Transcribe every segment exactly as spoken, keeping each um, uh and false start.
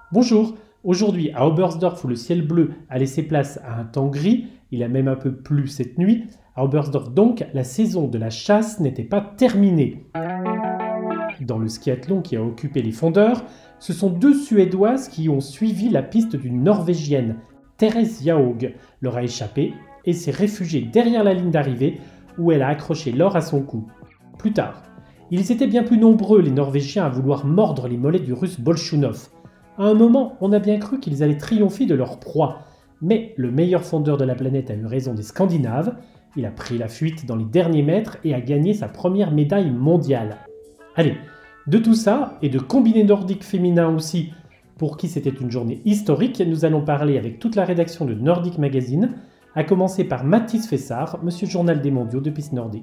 Bonjour, aujourd'hui à Oberstdorf où le ciel bleu a laissé place à un temps gris, il a même un peu plu cette nuit, à Oberstdorf donc, la saison de la chasse n'était pas terminée. Dans le skiathlon qui a occupé les fondeurs, ce sont deux Suédoises qui ont suivi la piste d'une Norvégienne, Therese Johaug, leur a échappé et s'est réfugiée derrière la ligne d'arrivée où elle a accroché l'or à son cou. Plus tard, ils étaient bien plus nombreux les Norvégiens à vouloir mordre les mollets du Russe Bolchunov. À un moment, on a bien cru qu'ils allaient triompher de leur proie, mais le meilleur fondeur de la planète a eu raison des Scandinaves, il a pris la fuite dans les derniers mètres et a gagné sa première médaille mondiale. Allez, de tout ça, et de combiné nordique féminin aussi, pour qui c'était une journée historique, nous allons parler avec toute la rédaction de Nordic Magazine, à commencer par Mathis Fessard, monsieur journal des mondiaux de piste nordique.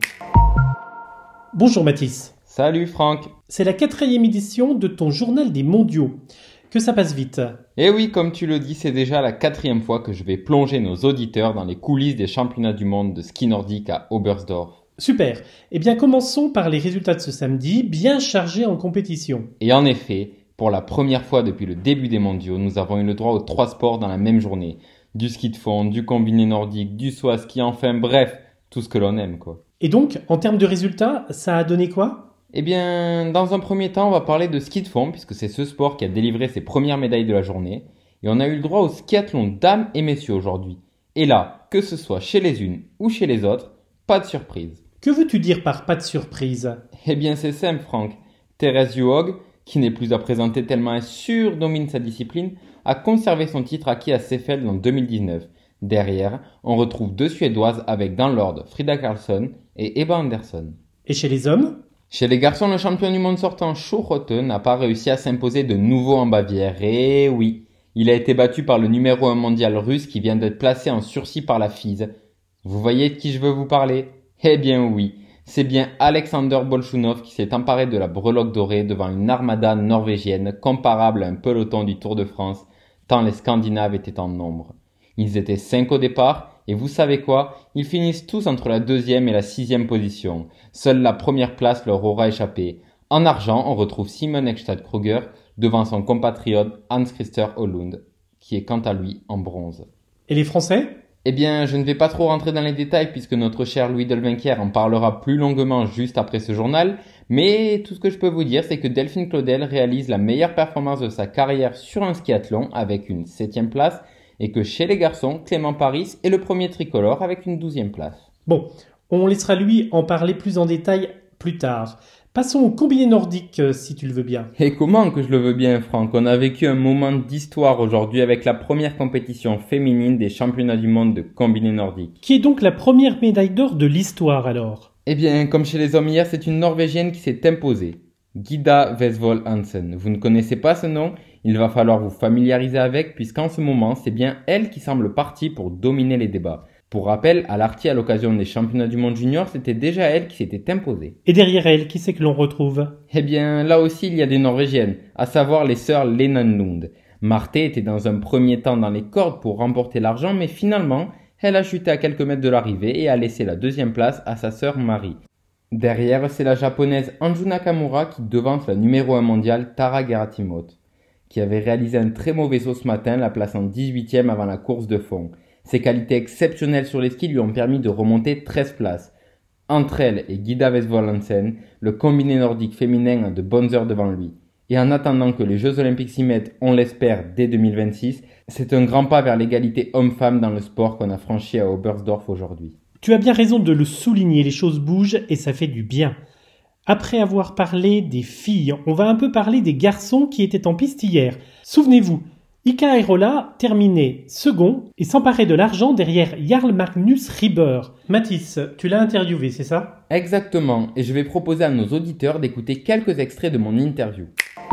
Bonjour Mathis. Salut Franck. C'est la quatrième édition de ton journal des mondiaux. Que ça passe vite. Et oui, comme tu le dis, c'est déjà la quatrième fois que je vais plonger nos auditeurs dans les coulisses des championnats du monde de ski nordique à Oberstdorf. Super. Eh bien, commençons par les résultats de ce samedi, bien chargés en compétition. Et en effet, pour la première fois depuis le début des mondiaux, nous avons eu le droit aux trois sports dans la même journée. Du ski de fond, du combiné nordique, du saut à ski, enfin bref, tout ce que l'on aime quoi. Et donc, en termes de résultats, ça a donné quoi ? Eh bien, dans un premier temps, on va parler de ski de fond, puisque c'est ce sport qui a délivré ses premières médailles de la journée. Et on a eu le droit au skiathlon dames et messieurs aujourd'hui. Et là, que ce soit chez les unes ou chez les autres, pas de surprise. Que veux-tu dire par pas de surprise ? Eh bien, c'est simple, Franck. Therese Johaug, qui n'est plus à présenter tellement elle surdomine sa discipline, a conservé son titre acquis à Seefeld en deux mille dix-neuf. Derrière, on retrouve deux Suédoises avec dans l'ordre Frida Karlsson et Ebba Andersson. Et chez les hommes ? Chez les garçons, le champion du monde sortant Schurotte n'a pas réussi à s'imposer de nouveau en Bavière. Et oui, il a été battu par le numéro un mondial russe qui vient d'être placé en sursis par la F I S. Vous voyez de qui je veux vous parler ? Eh bien oui, c'est bien Alexander Bolchunov qui s'est emparé de la breloque dorée devant une armada norvégienne comparable à un peloton du Tour de France, tant les Scandinaves étaient en nombre. Ils étaient cinq au départ, et vous savez quoi ? Ils finissent tous entre la deuxième et la sixième position. Seule la première place leur aura échappé. En argent, on retrouve Simon Ekstad-Kruger devant son compatriote Hans-Christer Ohlund, qui est quant à lui en bronze. Et les Français ? Eh bien, je ne vais pas trop rentrer dans les détails puisque notre cher Louis Delvinquière en parlera plus longuement juste après ce journal, mais tout ce que je peux vous dire, c'est que Delphine Claudel réalise la meilleure performance de sa carrière sur un skiathlon avec une septième place, et que chez les garçons, Clément Paris est le premier tricolore avec une douzième place. Bon, on laissera lui en parler plus en détail plus tard. Passons au combiné nordique, si tu le veux bien. Et comment que je le veux bien, Franck ? On a vécu un moment d'histoire aujourd'hui avec la première compétition féminine des championnats du monde de combiné nordique. Qui est donc la première médaille d'or de l'histoire alors ? Eh bien, comme chez les hommes hier, c'est une Norvégienne qui s'est imposée. Gyda Vesvold Hansen. Vous ne connaissez pas ce nom ? Il va falloir vous familiariser avec puisqu'en ce moment, c'est bien elle qui semble partie pour dominer les débats. Pour rappel, à l'Arty à l'occasion des championnats du monde junior, c'était déjà elle qui s'était imposée. Et derrière elle, qui c'est que l'on retrouve ? Eh bien, là aussi, il y a des Norvégiennes, à savoir les sœurs Lenanlund. Marthe était dans un premier temps dans les cordes pour remporter l'argent, mais finalement, elle a chuté à quelques mètres de l'arrivée et a laissé la deuxième place à sa sœur Marie. Derrière, c'est la japonaise Anju Nakamura qui devance la numéro un mondiale Tara Gerasimov, qui avait réalisé un très mauvais saut ce matin, la plaçant dix-huitième avant la course de fond. Ses qualités exceptionnelles sur les skis lui ont permis de remonter treize places. Entre elle et Gyda Vesvold Hansen, le combiné nordique féminin a de bonnes heures devant lui. Et en attendant que les Jeux Olympiques s'y mettent, on l'espère, dès deux mille vingt-six, c'est un grand pas vers l'égalité homme-femme dans le sport qu'on a franchi à Oberstdorf aujourd'hui. Tu as bien raison de le souligner, les choses bougent et ça fait du bien. Après avoir parlé des filles, on va un peu parler des garçons qui étaient en piste hier. Souvenez-vous, Ika Airola terminait second et s'emparait de l'argent derrière Jarl Magnus Rieber. Mathis, tu l'as interviewé, c'est ça ? Exactement, et je vais proposer à nos auditeurs d'écouter quelques extraits de mon interview.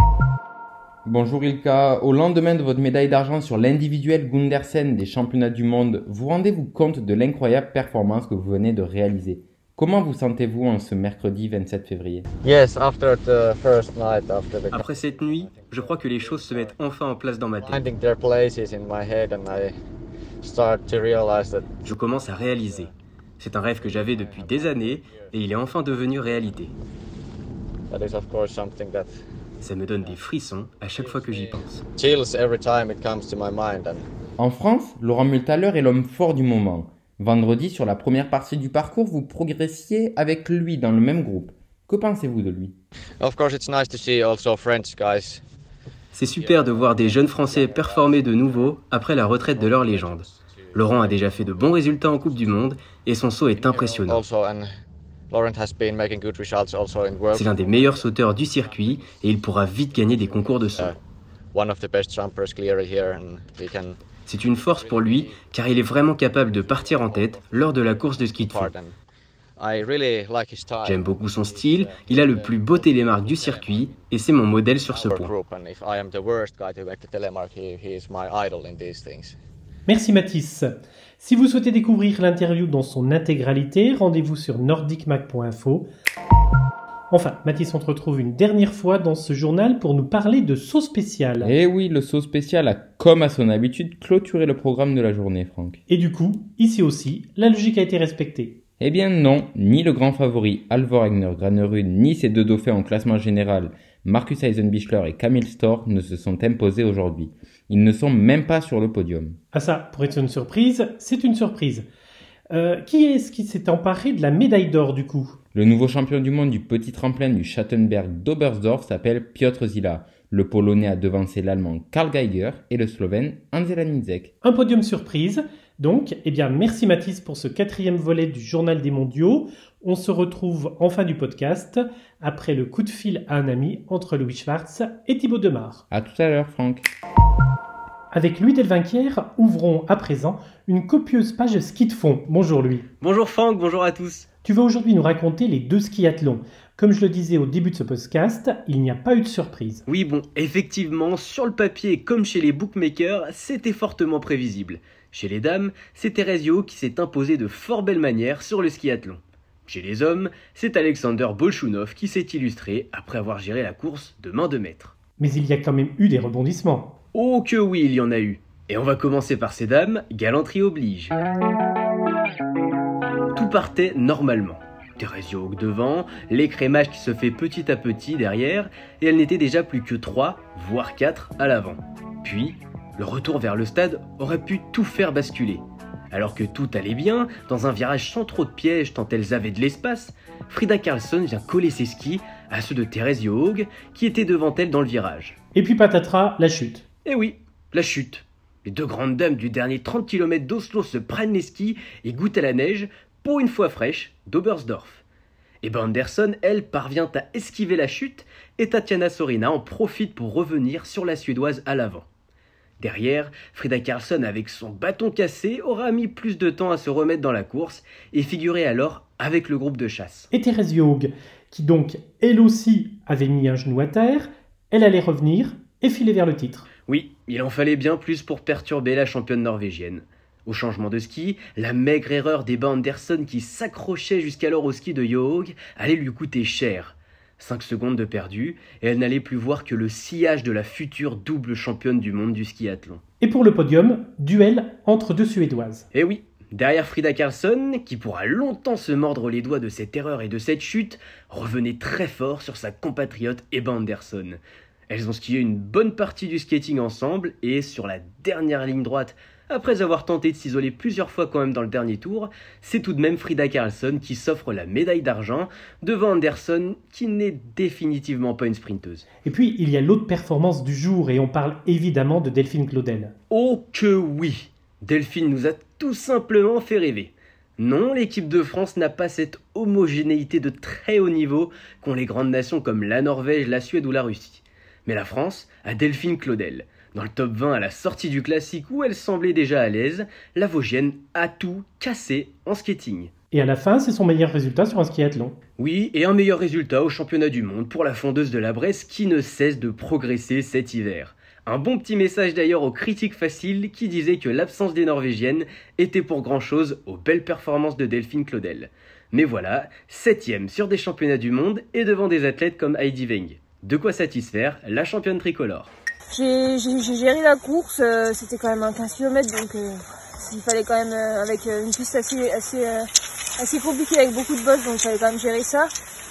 Bonjour Ilka, au lendemain de votre médaille d'argent sur l'individuel Gundersen des championnats du monde, vous rendez-vous compte de l'incroyable performance que vous venez de réaliser ? Comment vous sentez-vous en ce mercredi vingt-sept février ? Yes, after the first night, after the Après cette nuit, je crois que les choses se mettent enfin en place dans ma tête. finding their places in my head, and I start to realize that Je commence à réaliser. C'est un rêve que j'avais depuis des années et il est enfin devenu réalité. that is of course something that Ça me donne des frissons à chaque fois que j'y pense. Chills every time it comes to my mind. And En France, Laurent Mühlthaler est l'homme fort du moment. Vendredi, sur la première partie du parcours, vous progressiez avec lui dans le même groupe. Que pensez-vous de lui? of course, it's nice to see also French guys. C'est super de voir des jeunes Français performer de nouveau après la retraite de leur légende. Laurent a déjà fait de bons résultats en Coupe du Monde et son saut est impressionnant. Also, and Laurent has been making good results also in world. C'est l'un des meilleurs sauteurs du circuit et il pourra vite gagner des concours de saut. Uh, one of the best jumpers clearly here, and he can C'est une force pour lui car il est vraiment capable de partir en tête lors de la course de ski de fond. part. And I really like his style. J'aime beaucoup son style, il a le plus beau télémarque du circuit et c'est mon modèle sur ce Our point. group, and if I am the worst guy to make the telemark, he, he is my idol in these things. Merci Mathis. Si vous souhaitez découvrir l'interview dans son intégralité, rendez-vous sur nordic mac point info. Enfin, Mathis, on te retrouve une dernière fois dans ce journal pour nous parler de saut spécial. Eh oui, le saut spécial a, comme à son habitude, clôturé le programme de la journée, Franck. Et du coup, ici aussi, la logique a été respectée. Eh bien non, ni le grand favori Halvor Egner Granerud, ni ses deux dauphins en classement général, Marcus Eisenbichler et Camille Storr, ne se sont imposés aujourd'hui. Ils ne sont même pas sur le podium. Ah ça, pour être une surprise, c'est une surprise. Euh, qui est-ce qui s'est emparé de la médaille d'or du coup? Le nouveau champion du monde du petit tremplin du Schattenberg d'Oberstdorf s'appelle Piotr Zila. Le Polonais a devancé l'Allemand Karl Geiger et le Slovène Anzela Nidzek. Un podium surprise. Donc, eh bien, merci Mathis pour ce quatrième volet du Journal des Mondiaux. On se retrouve en fin du podcast après le coup de fil à un ami entre Louis Schwartz et Thibaut Demar. À tout à l'heure, Franck. Avec Louis Delvinquière, ouvrons à présent une copieuse page ski de fond. Bonjour Louis. Bonjour Franck, bonjour à tous. Tu vas aujourd'hui nous raconter les deux skiathlons. Comme je le disais au début de ce podcast, il n'y a pas eu de surprise. Oui bon, effectivement, sur le papier comme chez les bookmakers, c'était fortement prévisible. Chez les dames, c'est Therese qui s'est imposée de fort belle manière sur le skiathlon. Chez les hommes, c'est Alexander Bolchunov qui s'est illustré après avoir géré la course de main de maître. Mais il y a quand même eu des rebondissements. Oh que oui, il y en a eu. Et on va commencer par ces dames, galanterie oblige. Tout partait normalement. Therese Johaug devant, l'écrémage qui se fait petit à petit derrière, et elle n'était déjà plus que trois, voire quatre à l'avant. Puis, le retour vers le stade aurait pu tout faire basculer. Alors que tout allait bien, dans un virage sans trop de pièges tant elles avaient de l'espace, Frida Karlsson vient coller ses skis à ceux de Therese Johaug qui était devant elle dans le virage. Et puis patatras, la chute. Eh oui, la chute. Les deux grandes dames du dernier trente kilomètres d'Oslo se prennent les skis et goûtent à la neige, pour une fois fraîche, d'Oberstdorf. Ebba Andersson, elle, parvient à esquiver la chute et Tatiana Sorina en profite pour revenir sur la Suédoise à l'avant. Derrière, Frida Karlsson, avec son bâton cassé, aura mis plus de temps à se remettre dans la course et figurait alors avec le groupe de chasse. Et Therese Johaug, qui donc, elle aussi, avait mis un genou à terre, elle allait revenir et filer vers le titre. Oui, il en fallait bien plus pour perturber la championne norvégienne. Au changement de ski, la maigre erreur d'Ebba Andersson qui s'accrochait jusqu'alors au ski de Johaug allait lui coûter cher. cinq secondes de perdu, et elle n'allait plus voir que le sillage de la future double championne du monde du skiathlon. Et pour le podium, duel entre deux Suédoises. Et oui, derrière Frida Karlsson, qui pourra longtemps se mordre les doigts de cette erreur et de cette chute, revenait très fort sur sa compatriote Ebba Andersson. Elles ont skié une bonne partie du skating ensemble, et sur la dernière ligne droite, après avoir tenté de s'isoler plusieurs fois quand même dans le dernier tour, c'est tout de même Frida Karlsson qui s'offre la médaille d'argent devant Andersson qui n'est définitivement pas une sprinteuse. Et puis, il y a l'autre performance du jour et on parle évidemment de Delphine Claudel. Oh que oui! Delphine nous a tout simplement fait rêver. Non, l'équipe de France n'a pas cette homogénéité de très haut niveau qu'ont les grandes nations comme la Norvège, la Suède ou la Russie. Mais la France a Delphine Claudel. Dans le top vingt à la sortie du classique où elle semblait déjà à l'aise, la Vosgienne a tout cassé en skating. Et à la fin, c'est son meilleur résultat sur un skiathlon. Oui, et un meilleur résultat au championnat du monde pour la fondeuse de la Bresse qui ne cesse de progresser cet hiver. Un bon petit message d'ailleurs aux critiques faciles qui disaient que l'absence des Norvégiennes était pour grand chose aux belles performances de Delphine Claudel. Mais voilà, septième sur des championnats du monde et devant des athlètes comme Heidi Weng. De quoi satisfaire la championne tricolore. J'ai, j'ai, j'ai géré la course, euh, c'était quand même un quinze kilomètres, donc euh, il fallait quand même, euh, avec euh, une piste assez, assez, euh, assez compliquée avec beaucoup de bosses, donc il fallait quand même gérer ça.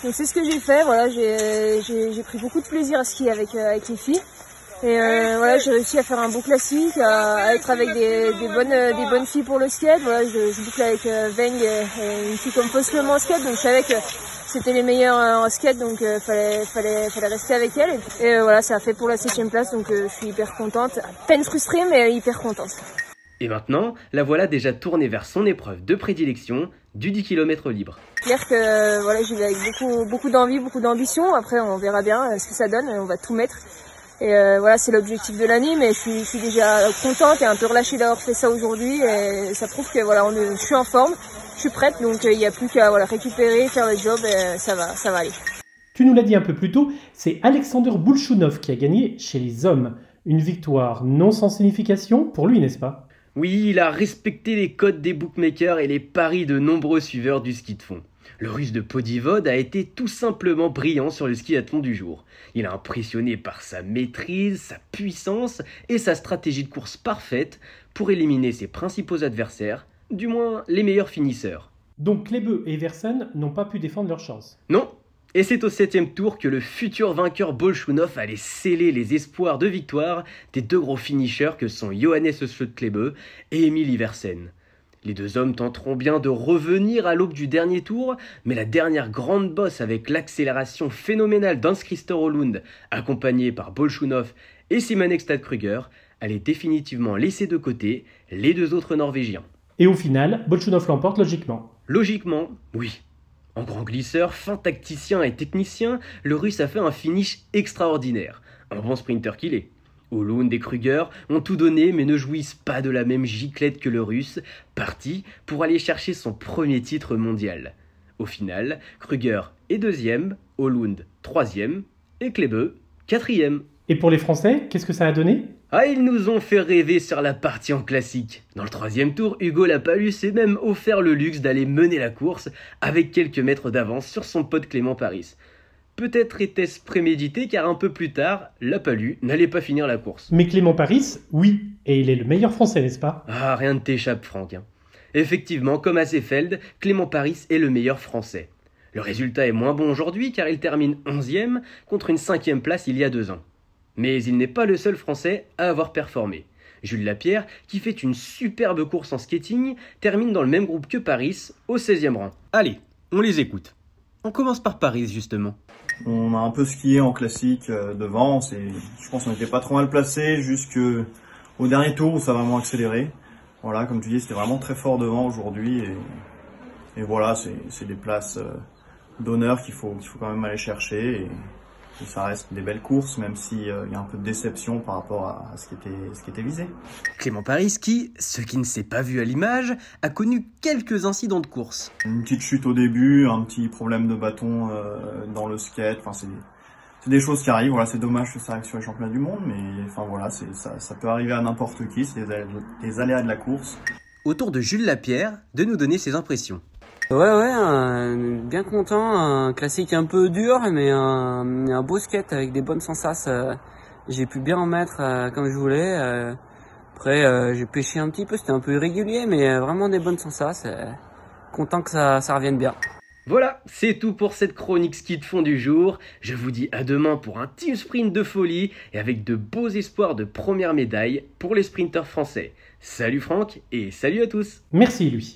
Donc c'est ce que j'ai fait, voilà, j'ai, j'ai, j'ai pris beaucoup de plaisir à skier avec, euh, avec les filles. Et euh, voilà, j'ai réussi à faire un beau classique, à, à être avec des, des, bonnes, des bonnes filles pour le skate. Voilà, je, je boucle avec euh, Veng et, et une fille comme Postlement en skate, donc je savais que c'était les meilleurs en skate, donc euh, fallait, fallait, fallait rester avec elle. Et, et euh, voilà, ça a fait pour la septième place, donc euh, je suis hyper contente, à peine frustrée, mais hyper contente. Et maintenant, la voilà déjà tournée vers son épreuve de prédilection, du dix kilomètres libre. C'est clair que voilà, j'y vais avec beaucoup, beaucoup d'envie, beaucoup d'ambition. Après, on verra bien ce que ça donne, on va tout mettre. Et euh, voilà, c'est l'objectif de l'année, mais je suis, je suis déjà contente et un peu relâchée d'avoir fait ça aujourd'hui. Et ça prouve que voilà, on est, je suis en forme, je suis prête, donc il n'y a plus qu'à voilà, récupérer, faire le job, et ça va, ça va aller. Tu nous l'as dit un peu plus tôt, c'est Alexander Bolchounov qui a gagné chez les hommes. Une victoire non sans signification pour lui, n'est-ce pas ? Oui, il a respecté les codes des bookmakers et les paris de nombreux suiveurs du ski de fond. Le russe de Podivod a été tout simplement brillant sur le skiathlon du jour. Il a impressionné par sa maîtrise, sa puissance et sa stratégie de course parfaite pour éliminer ses principaux adversaires, du moins les meilleurs finisseurs. Donc Klebe et Everson n'ont pas pu défendre leur chance. Non, et c'est au septième tour que le futur vainqueur Bolchounov allait sceller les espoirs de victoire des deux gros finishers que sont Johannes Slot-Klebe et Emil Iversen. Les deux hommes tenteront bien de revenir à l'aube du dernier tour, mais la dernière grande bosse avec l'accélération phénoménale d'Hans-Christer Åhlund, accompagné par Bolchounov et Simon Ekstad-Kruger, allait définitivement laisser de côté les deux autres Norvégiens. Et au final, Bolchounov l'emporte logiquement. Logiquement, oui. En grand glisseur, fin tacticien et technicien, le Russe a fait un finish extraordinaire. Un bon sprinter qu'il est. Åhlund et Kruger ont tout donné mais ne jouissent pas de la même giclette que le Russe, parti pour aller chercher son premier titre mondial. Au final, Kruger est deuxième, Åhlund troisième et Klebe quatrième. Et pour les Français, qu'est-ce que ça a donné ? Ah, ils nous ont fait rêver sur la partie en classique. Dans le troisième tour, Hugo Lapalus s'est même offert le luxe d'aller mener la course avec quelques mètres d'avance sur son pote Clément Paris. Peut-être était-ce prémédité car un peu plus tard, Lapalus n'allait pas finir la course. Mais Clément Paris, oui, et il est le meilleur Français, n'est-ce pas ? Ah, rien ne t'échappe, Franck. Hein. Effectivement, comme à Seefeld, Clément Paris est le meilleur Français. Le résultat est moins bon aujourd'hui car il termine onzième contre une cinquième place il y a deux ans. Mais il n'est pas le seul Français à avoir performé. Jules Lapierre, qui fait une superbe course en skating, termine dans le même groupe que Paris, au seizième rang. Allez, on les écoute. On commence par Paris, justement. On a un peu skié en classique euh, devant, c'est, je pense qu'on n'était pas trop mal placé jusqu'au dernier tour où ça a vraiment accéléré. Voilà, comme tu dis, c'était vraiment très fort devant aujourd'hui et, et voilà, c'est, c'est des places euh, d'honneur qu'il faut, qu'il faut quand même aller chercher. Et, Et ça reste des belles courses, même s'il euh, y a un peu de déception par rapport à, à ce, qui était, ce qui était visé. Clément Paris qui, ce qui ne s'est pas vu à l'image, a connu quelques incidents de course. Une petite chute au début, un petit problème de bâton euh, dans le skate, enfin c'est, c'est des choses qui arrivent, voilà, c'est dommage que ça arrive sur les championnats du monde, mais enfin voilà, c'est, ça, ça peut arriver à n'importe qui, c'est des aléas, des aléas de la course. Au tour de Jules Lapierre de nous donner ses impressions. Ouais, ouais, euh, bien content, un classique un peu dur, mais un, un beau skate avec des bonnes sensations. Euh, j'ai pu bien en mettre euh, comme je voulais. Euh, après, euh, j'ai pêché un petit peu, c'était un peu irrégulier, mais euh, vraiment des bonnes sensations. Euh, content que ça, ça revienne bien. Voilà, c'est tout pour cette chronique ski de fond du jour. Je vous dis à demain pour un team sprint de folie et avec de beaux espoirs de première médaille pour les sprinteurs français. Salut Franck et salut à tous. Merci lui.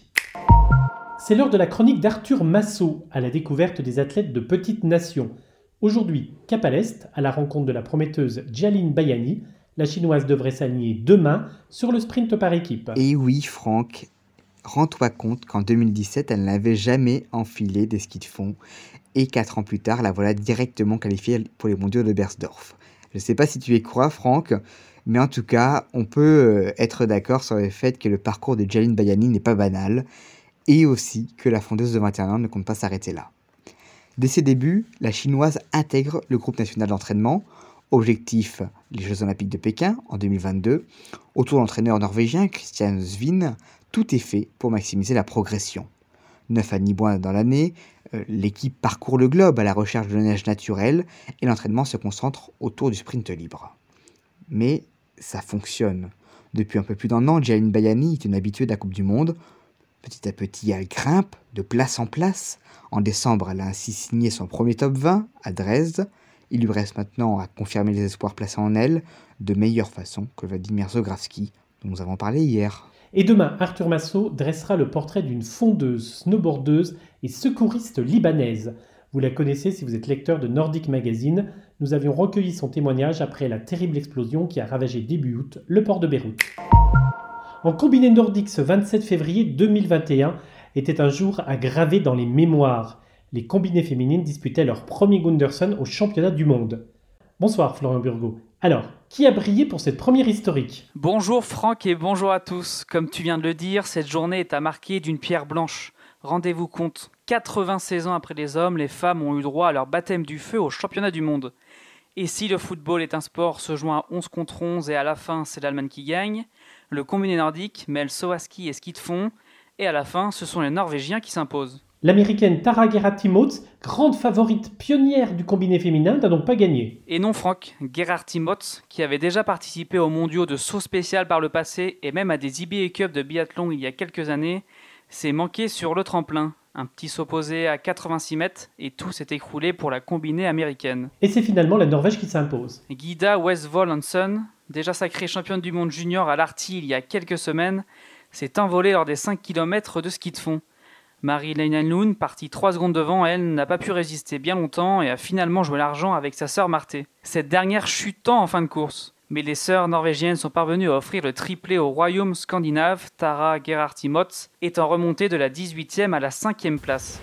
C'est l'heure de la chronique d'Arthur Massot à la découverte des athlètes de petites nations. Aujourd'hui, cap à l'Est, à la rencontre de la prometteuse Jialin Bayani. La chinoise devrait s'aligner demain sur le sprint par équipe. Et oui, Franck, rends-toi compte qu'en deux mille dix-sept, elle n'avait jamais enfilé des skis de fond. Et quatre ans plus tard, la voilà directement qualifiée pour les mondiaux de Bersdorf. Je ne sais pas si tu y crois, Franck, mais en tout cas, on peut être d'accord sur le fait que le parcours de Jialin Bayani n'est pas banal. Et aussi que la fondeuse de vingt et un ans ne compte pas s'arrêter là. Dès ses débuts, la chinoise intègre le groupe national d'entraînement. Objectif, les Jeux Olympiques de Pékin en deux mille vingt-deux. Autour de l'entraîneur norvégien Christian Svin, tout est fait pour maximiser la progression. Neuf à Nibouin dans l'année, euh, l'équipe parcourt le globe à la recherche de neige naturelle et l'entraînement se concentre autour du sprint libre. Mais ça fonctionne. Depuis un peu plus d'un an, Jialin Bayani est une habituée de la Coupe du Monde. Petit à petit, elle grimpe de place en place. En décembre, elle a ainsi signé son premier top vingt à Dresde. Il lui reste maintenant à confirmer les espoirs placés en elle de meilleure façon que Wladimir Zografski, dont nous avons parlé hier. Et demain, Arthur Massot dressera le portrait d'une fondeuse, snowboardeuse et secouriste libanaise. Vous la connaissez si vous êtes lecteur de Nordic Magazine. Nous avions recueilli son témoignage après la terrible explosion qui a ravagé début août le port de Beyrouth. En combiné nordique, ce vingt-sept février deux mille vingt et un était un jour à graver dans les mémoires. Les combinées féminines disputaient leur premier Gunderson au championnat du monde. Bonsoir Florian Burgot. Alors, qui a brillé pour cette première historique ? Bonjour Franck et bonjour à tous. Comme tu viens de le dire, cette journée est à marquer d'une pierre blanche. Rendez-vous compte, quatre-vingt-seize ans après les hommes, les femmes ont eu droit à leur baptême du feu au championnat du monde. Et si le football est un sport se jouant à onze contre onze et à la fin c'est l'Allemagne qui gagne, le combiné nordique mêle saut à ski et ski de fond, et à la fin ce sont les Norvégiens qui s'imposent. L'américaine Tara Gerhardt-Timotz, grande favorite pionnière du combiné féminin, n'a donc pas gagné. Et non Franck, Gerhardt-Timotz, qui avait déjà participé aux mondiaux de saut spécial par le passé et même à des I B A Cup de biathlon il y a quelques années, s'est manqué sur le tremplin. Un petit saut posé à quatre-vingt-six mètres et tout s'est écroulé pour la combinée américaine. Et c'est finalement la Norvège qui s'impose. Gyda Westvold Hansen, déjà sacrée championne du monde junior à l'Arty il y a quelques semaines, s'est envolée lors des cinq kilomètres de ski de fond. Marie Leinenlund, partie trois secondes devant, elle n'a pas pu résister bien longtemps et a finalement joué l'argent avec sa sœur Marté. Cette dernière chutant en fin de course. Mais les sœurs norvégiennes sont parvenues à offrir le triplé au royaume scandinave. Tara Gerhardt-Timotz étant remontée de la dix-huitième à la cinquième place.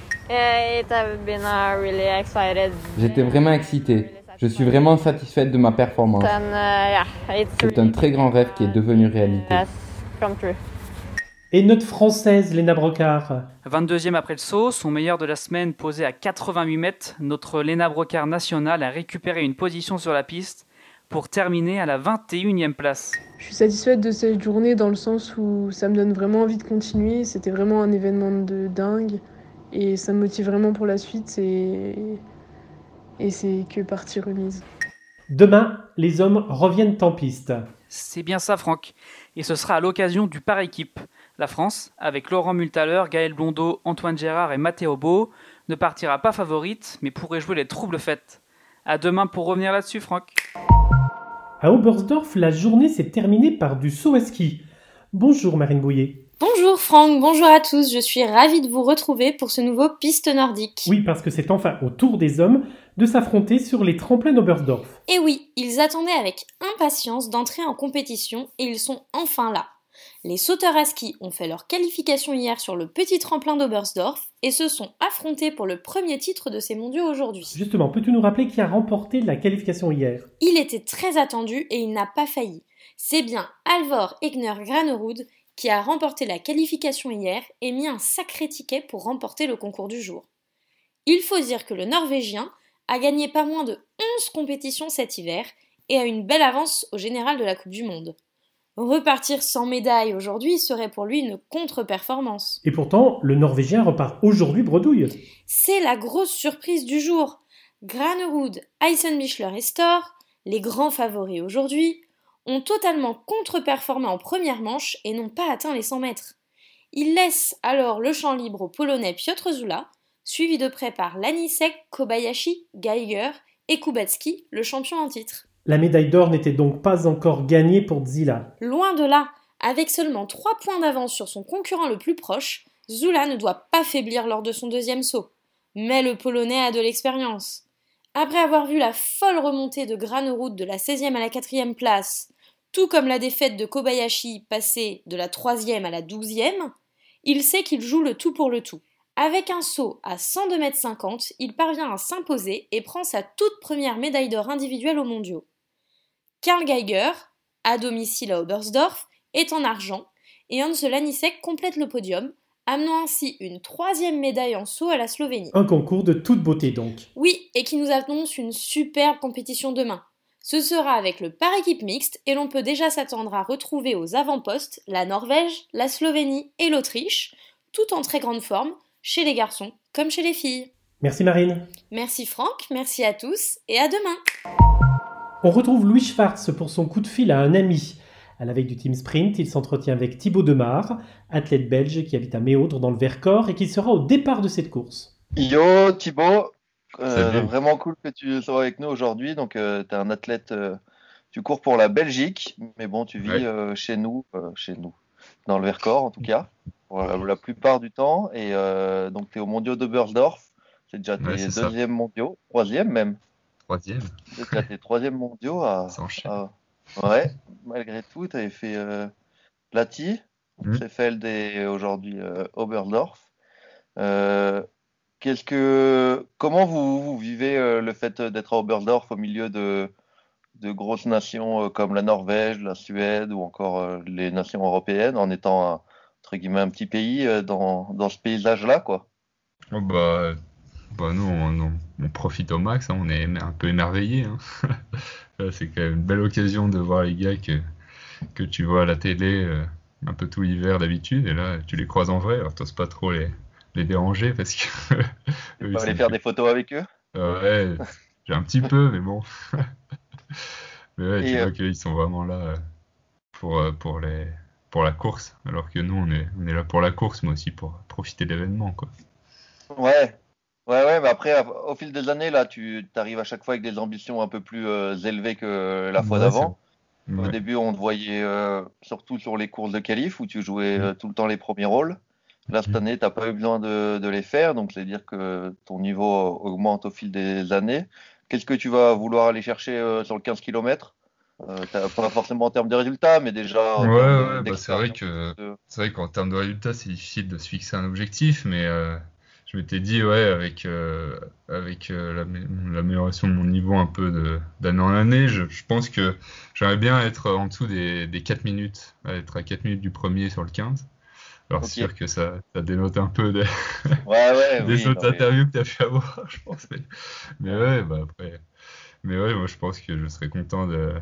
J'étais vraiment excitée. Je suis vraiment satisfaite de ma performance. C'est un très grand rêve qui est devenu réalité. Et notre française, Léna Brocard. vingt-deuxième après le saut, son meilleur de la semaine posé à quatre-vingt-huit mètres, notre Léna Brocard nationale a récupéré une position sur la piste pour terminer à la vingt et unième place. Je suis satisfaite de cette journée dans le sens où ça me donne vraiment envie de continuer. C'était vraiment un événement de dingue et ça me motive vraiment pour la suite et, et c'est que partie remise. Demain, les hommes reviennent en piste. C'est bien ça Franck, et ce sera à l'occasion du par équipe. La France, avec Laurent Multhaler, Gaël Blondeau, Antoine Gérard et Mathéo Beau, ne partira pas favorite, mais pourrait jouer les troubles fêtes. À demain pour revenir là-dessus Franck. À Oberstdorf, la journée s'est terminée par du saut à ski. Bonjour Marine Bouillet. Bonjour Franck, bonjour à tous, je suis ravie de vous retrouver pour ce nouveau Piste Nordique. Oui, parce que c'est enfin au tour des hommes de s'affronter sur les tremplins d'Oberstdorf. Et oui, ils attendaient avec impatience d'entrer en compétition et ils sont enfin là. Les sauteurs à ski ont fait leur qualification hier sur le petit tremplin d'Oberstdorf et se sont affrontés pour le premier titre de ces mondiaux aujourd'hui. Justement, peux-tu nous rappeler qui a remporté la qualification hier ? Il était très attendu et il n'a pas failli. C'est bien Halvor Egner Granerud qui a remporté la qualification hier et mis un sacré ticket pour remporter le concours du jour. Il faut dire que le Norvégien a gagné pas moins de onze compétitions cet hiver et a une belle avance au général de la Coupe du Monde. Repartir sans médaille aujourd'hui serait pour lui une contre-performance. Et pourtant, le Norvégien repart aujourd'hui bredouille. C'est la grosse surprise du jour. Granerud, Eisenbichler et Storr, les grands favoris aujourd'hui, ont totalement contre-performé en première manche et n'ont pas atteint les cent mètres. Ils laissent alors le champ libre au Polonais Piotr Zula, suivi de près par Lanisek, Kobayashi, Geiger et Kubacki, le champion en titre. La médaille d'or n'était donc pas encore gagnée pour Zila. Loin de là, avec seulement trois points d'avance sur son concurrent le plus proche, Zula ne doit pas faiblir lors de son deuxième saut. Mais le Polonais a de l'expérience. Après avoir vu la folle remontée de Granerud de la seizième à la quatrième place, tout comme la défaite de Kobayashi passée de la troisième à la douzième, il sait qu'il joue le tout pour le tout. Avec un saut à cent deux mètres cinquante, il parvient à s'imposer et prend sa toute première médaille d'or individuelle aux mondiaux. Karl Geiger, à domicile à Oberstdorf, est en argent et Hans Lanisek complète le podium, amenant ainsi une troisième médaille en saut à la Slovénie. Un concours de toute beauté donc. Oui, et qui nous annonce une superbe compétition demain. Ce sera avec le par équipe mixte et l'on peut déjà s'attendre à retrouver aux avant-postes la Norvège, la Slovénie et l'Autriche, tout en très grande forme, chez les garçons comme chez les filles. Merci Marine. Merci Franck, merci à tous et à demain. On retrouve Louis Schwartz pour son coup de fil à un ami. À la veille du team sprint, il s'entretient avec Thibaut Demar, athlète belge qui habite à Méaudre dans le Vercors et qui sera au départ de cette course. Yo Thibaut, euh, Salut. vraiment cool que tu sois avec nous aujourd'hui. Donc euh, tu es un athlète, euh, tu cours pour la Belgique, mais bon tu vis Ouais. euh, chez nous, euh, chez nous, dans le Vercors en tout cas, pour la, la plupart du temps. Et euh, donc tu es au mondiaux d'Oberstdorf, c'est déjà tes Ouais, c'est ça. deuxièmes mondiaux, troisième même. Troisième. C'est déjà tes troisième mondiaux à, Ça enchaîne. à- Ouais, malgré tout, tu avais fait euh, Plati, Mhm. Krefeld et aujourd'hui euh, Oberstdorf. Euh, Qu'est-ce que, comment vous, vous vivez euh, le fait d'être à Oberstdorf au milieu de, de grosses nations euh, comme la Norvège, la Suède ou encore euh, les nations européennes en étant un, entre guillemets un petit pays euh, dans, dans ce paysage-là, quoi? Oh, bah, bah nous, on, on- on profite au max, hein, on est émer- un peu émerveillés. Hein. Là, c'est quand même une belle occasion de voir les gars que, que tu vois à la télé euh, un peu tout l'hiver d'habitude, et là, tu les croises en vrai. Alors, t'oses pas trop les, les déranger parce que eux, Tu ils peux aller sont faire plus. des photos avec eux? Ah ouais, j'ai un petit peu, mais bon. Mais ouais, tu Et euh, vois qu'ils sont vraiment là euh, pour, euh, pour les, pour la course, alors que nous, on est, on est là pour la course, mais aussi pour profiter de l'événement, quoi. ouais, ouais, ouais, mais après, à- au fil des années, là, tu arrives à chaque fois avec des ambitions un peu plus euh, élevées que la fois Ouais, c'est d'avant. Au ouais. début, on te voyait euh, surtout sur les courses de qualif où tu jouais Mm, euh, tout le temps les premiers rôles. Là, cette mm. année, t'as pas eu besoin de, de les faire, donc c'est-à-dire que ton niveau augmente au fil des années. Qu'est-ce que tu vas vouloir aller chercher euh, sur le quinze kilomètres? Euh, t'as pas forcément en termes de résultats, mais déjà Ouais, en termes de- ouais, bah c'est vrai d'expérience. que de- c'est vrai qu'en termes de résultats, c'est difficile de se fixer un objectif, mais euh, je m'étais dit, ouais, avec euh, avec euh, l'amé- l'amélioration de mon niveau un peu de d'année en année, je, je pense que j'aimerais bien être en dessous des, des quatre minutes, ouais, être à quatre minutes du premier sur le quinze. Alors c'est Ok. sûr que ça, ça dénote un peu des, Ouais, ouais, des oui, autres non mais interviews que tu as pu avoir, je pense. Mais, mais ouais. ouais, bah après, mais ouais, moi je pense que je serais content de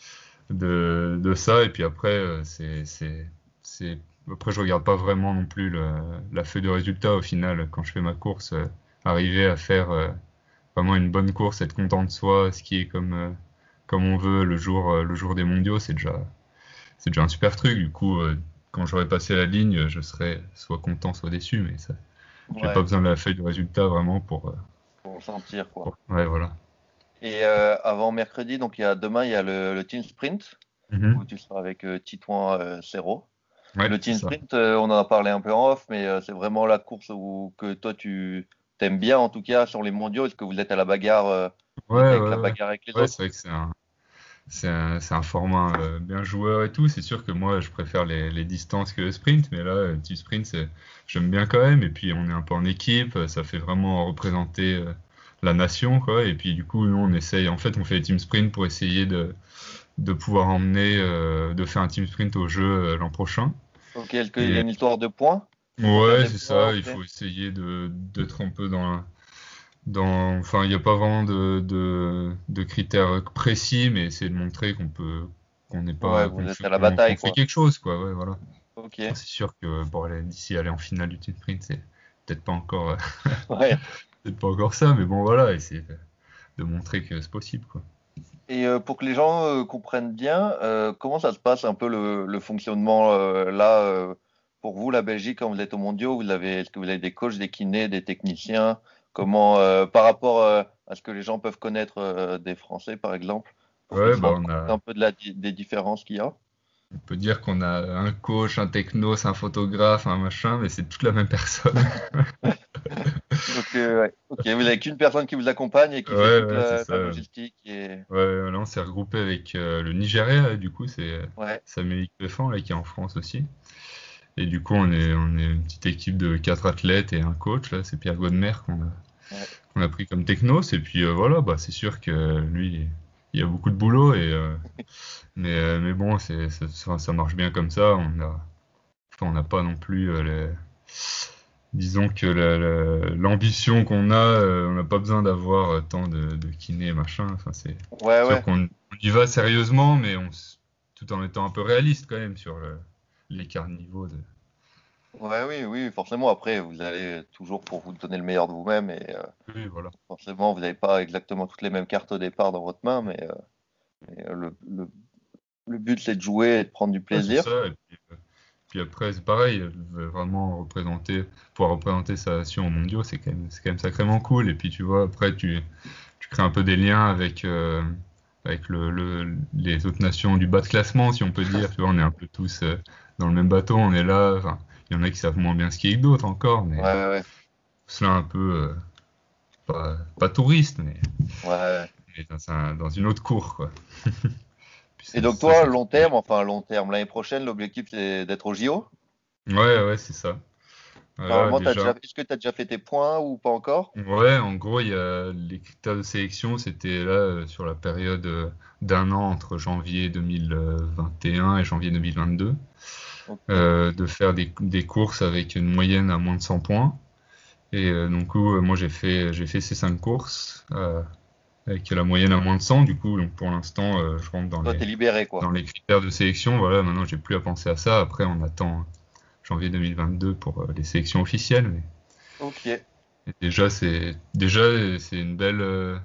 de, de ça. Et puis après, euh, c'est, c'est, c'est... après, je regarde pas vraiment non plus le- la feuille de résultat au final. Quand je fais ma course, euh, arriver à faire euh, vraiment une bonne course, être content de soi, skier comme, euh, comme on veut le jour, euh, le jour des mondiaux, c'est déjà, c'est déjà un super truc. Du coup, euh, quand j'aurai passé la ligne, je serai soit content, soit déçu. Mais ça, j'ai pas Ouais, besoin de la feuille de résultat vraiment pour, euh, pour sentir quoi. pour- ouais, voilà. Et euh, avant mercredi, donc il y a demain, il y a le, le team sprint où Mhm. tu seras avec euh, Titouan euh, Serrault. Ouais, Le c'est team ça. sprint, euh, on en a parlé un peu en off, mais euh, c'est vraiment la course où, que toi tu t'aimes bien, en tout cas sur les mondiaux. Est-ce que vous êtes à la bagarre, euh, vous êtes Ouais, avec ouais, la ouais. bagarre avec les Ouais, c'est autres? vrai que c'est un, C'est un, c'est un format euh, bien joueur et tout. C'est sûr que moi, je préfère les, les distances que le sprint, mais là, le petit sprint, c'est, j'aime bien quand même. Et puis, on est un peu en équipe, ça fait vraiment représenter euh, la nation, quoi. Et puis, du coup, nous, on essaye, en fait, on fait les team sprint pour essayer de, de pouvoir emmener, euh, de faire un team sprint au jeu euh, l'an prochain. Ok, est-ce qu'il y a Et une histoire de points? Faut faire ouais, des c'est points, ça, il ok. faut essayer de, d'être un peu dans, dans, enfin, il n'y a pas vraiment de, de, de critères précis, mais essayer de montrer qu'on peut, qu'on n'est Ouais, pas, vous qu'on êtes fait, à la qu'on, qu'on bataille, fait quoi. quelque chose, quoi. Ouais, voilà. Ok, C'est sûr que pour aller d'ici aller en finale du team sprint, c'est peut-être pas encore, euh, ouais. peut-être pas encore ça, mais bon, voilà, essayer de, de montrer que c'est possible, quoi. Et euh, pour que les gens euh, comprennent bien, euh, comment ça se passe un peu le, le fonctionnement euh, là euh, pour vous, la Belgique, quand vous êtes au mondiaux, vous avez, est-ce que vous avez des coachs, des kinés, des techniciens? Comment, euh, par rapport euh, à ce que les gens peuvent connaître euh, des Français, par exemple, pour qu'ils Ouais, se bah, rendent on compte a, un peu de la, di- des différences qu'il y a? on peut dire qu'on a un coach, un technos, un photographe, un machin, mais c'est toute la même personne. Donc, euh, ouais. Ok, vous n'avez qu'une personne qui vous accompagne et qui fait Ouais, toute ouais, c'est la, la ça. logistique et Ouais, là, on s'est regroupé avec euh, le Nigeria, et du coup, c'est euh, ouais, Samuel Ikpefan, là, qui est en France aussi. Et du coup, on est, on est une petite équipe de quatre athlètes et un coach, là, c'est Pierre Godmer qu'on a, ouais. qu'on a pris comme technos. Et puis euh, voilà, bah, c'est sûr que lui, il y a beaucoup de boulot, et, euh, mais, euh, mais bon, c'est, c'est- ça, ça marche bien comme ça. On a, enfin, on n'a pas non plus euh, les- disons que la- la- l'ambition qu'on a, euh, on n'a pas besoin d'avoir euh, tant de, de kinés, machin. Enfin, c'est Ouais, sûr ouais. qu'on on y va sérieusement, mais on, s- tout en étant un peu réaliste quand même sur le- l'écart de niveau de. Ouais, oui, oui, forcément. Après, vous allez toujours pour vous donner le meilleur de vous-même et euh, Oui, voilà. forcément, vous n'avez pas exactement toutes les mêmes cartes au départ dans votre main, mais, euh, mais, euh, le, le, le but c'est de jouer et de prendre du plaisir. Ouais, c'est ça. Et puis, euh, puis après, c'est pareil, vraiment représenter, pouvoir représenter sa nation aux mondiaux, c'est quand même, c'est quand même sacrément cool. Et puis tu vois, après, tu, tu crées un peu des liens avec, euh, avec le, le, les autres nations du bas de classement, si on peut dire. Tu vois, on est un peu tous euh, dans le même bateau, on est là. Enfin, il y en a qui savent moins bien skier que d'autres encore, mais ouais, ouais, ouais. Cela un peu, euh, pas, pas touriste, mais, ouais. mais dans, un, dans une autre cour, quoi. Et donc toi, ça, long terme, enfin long terme, l'année prochaine, l'objectif c'est d'être au J O? Ouais, ouais, c'est ça. Voilà, déjà... déjà... Est-ce que tu as déjà fait tes points ou pas encore? Ouais, en gros, il y a les critères de sélection, c'était là euh, sur la période euh, d'un an entre janvier deux mille vingt et un et janvier deux mille vingt-deux, okay. euh, de faire des, des courses avec une moyenne à moins de cent points. Et euh, donc, euh, moi, j'ai fait, j'ai fait ces cinq courses euh, avec la moyenne à moins de cent. Du coup, donc, pour l'instant, euh, je rentre dans, Toi, les, t'es libéré, quoi. dans les critères de sélection. Voilà, maintenant, j'ai plus à penser à ça. Après, on attend janvier deux mille vingt-deux pour euh, les sélections officielles. Mais... Ok. Et déjà, c'est déjà c'est une belle, euh,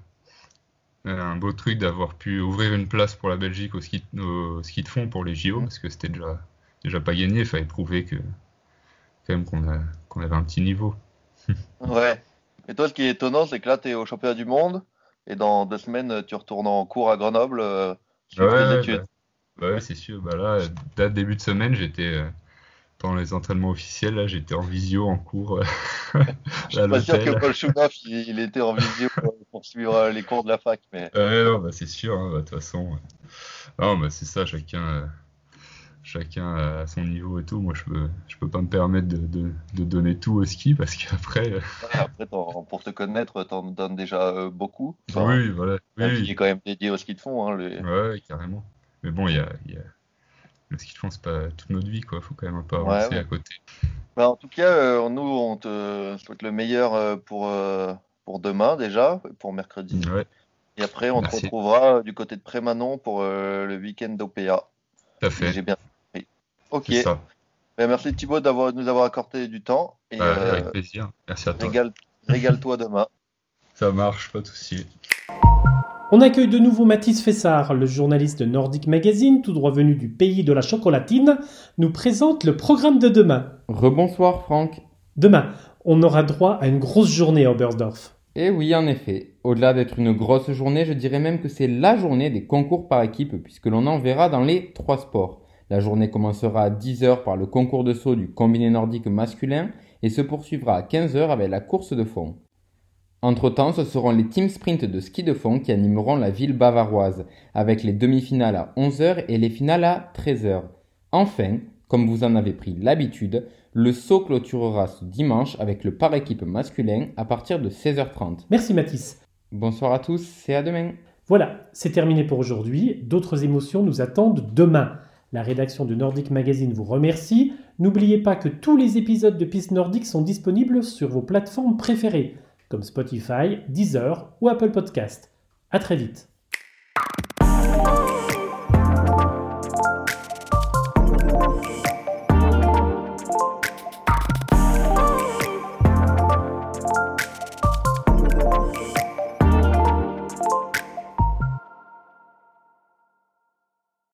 un beau truc d'avoir pu ouvrir une place pour la Belgique au ski, au ski de fond pour les J O, mmh. parce que c'était déjà, déjà pas gagné. Il fallait prouver que quand même qu'on a, qu'on avait un petit niveau. Ouais. Et toi, ce qui est étonnant, c'est que là, tu es au championnat du monde et dans deux semaines, tu retournes en cours à Grenoble. Euh, ouais, ouais, bah, bah ouais, c'est sûr. Bah là, date début de semaine, j'étais euh, pendant les entraînements officiels, là, j'étais en visio en cours. Euh, Je suis pas sûr que Paul Chounaf, il, il était en visio pour suivre les cours de la fac. Mais... Ouais, non, bah, c'est sûr. Hein, bah, de toute façon, non, bah, c'est ça. Chacun. Euh... Chacun à son niveau et tout. Moi, je peux, je peux pas me permettre de, de, de donner tout au ski parce qu'après. Ouais, après, pour te connaître, t'en donnes déjà euh, beaucoup. Enfin, oui, voilà. Oui, oui. Il est quand même dédié au ski de fond. Hein, le... Ouais, carrément. Mais bon, il y a, y a... le ski de fond, c'est pas toute notre vie, quoi. Faut quand même un peu avancer ouais, ouais. à côté. Bah, en tout cas, euh, nous, on te souhaite le meilleur pour, euh, pour demain déjà, pour mercredi. Ouais. Et après, on Merci. te retrouvera du côté de Prémanon pour euh, le week-end d'O P A. Tout à fait. J'ai bien. Ok. Ben, merci Thibaut d'avoir, de nous avoir accordé du temps. Et, ouais, euh, avec plaisir. Merci à toi. Régale, régale-toi demain. Ça marche, pas de souci. On accueille de nouveau Mathis Fessard, le journaliste de Nordic Magazine, tout droit venu du pays de la chocolatine, nous présente le programme de demain. Rebonsoir Franck. Demain, on aura droit à une grosse journée à Oberstdorf. Et oui, en effet. Au-delà d'être une grosse journée, je dirais même que c'est la journée des concours par équipe, puisque l'on en verra dans les trois sports. La journée commencera à dix heures par le concours de saut du combiné nordique masculin et se poursuivra à quinze heures avec la course de fond. Entre-temps, ce seront les team sprint de ski de fond qui animeront la ville bavaroise, avec les demi-finales à onze heures et les finales à treize heures. Enfin, comme vous en avez pris l'habitude, le saut clôturera ce dimanche avec le par équipe masculin à partir de seize heures trente. Merci Mathis. Bonsoir à tous et à demain. Voilà, c'est terminé pour aujourd'hui. D'autres émotions nous attendent demain. La rédaction de Nordic Magazine vous remercie. N'oubliez pas que tous les épisodes de Piste Nordique sont disponibles sur vos plateformes préférées, comme Spotify, Deezer ou Apple Podcast. À très vite.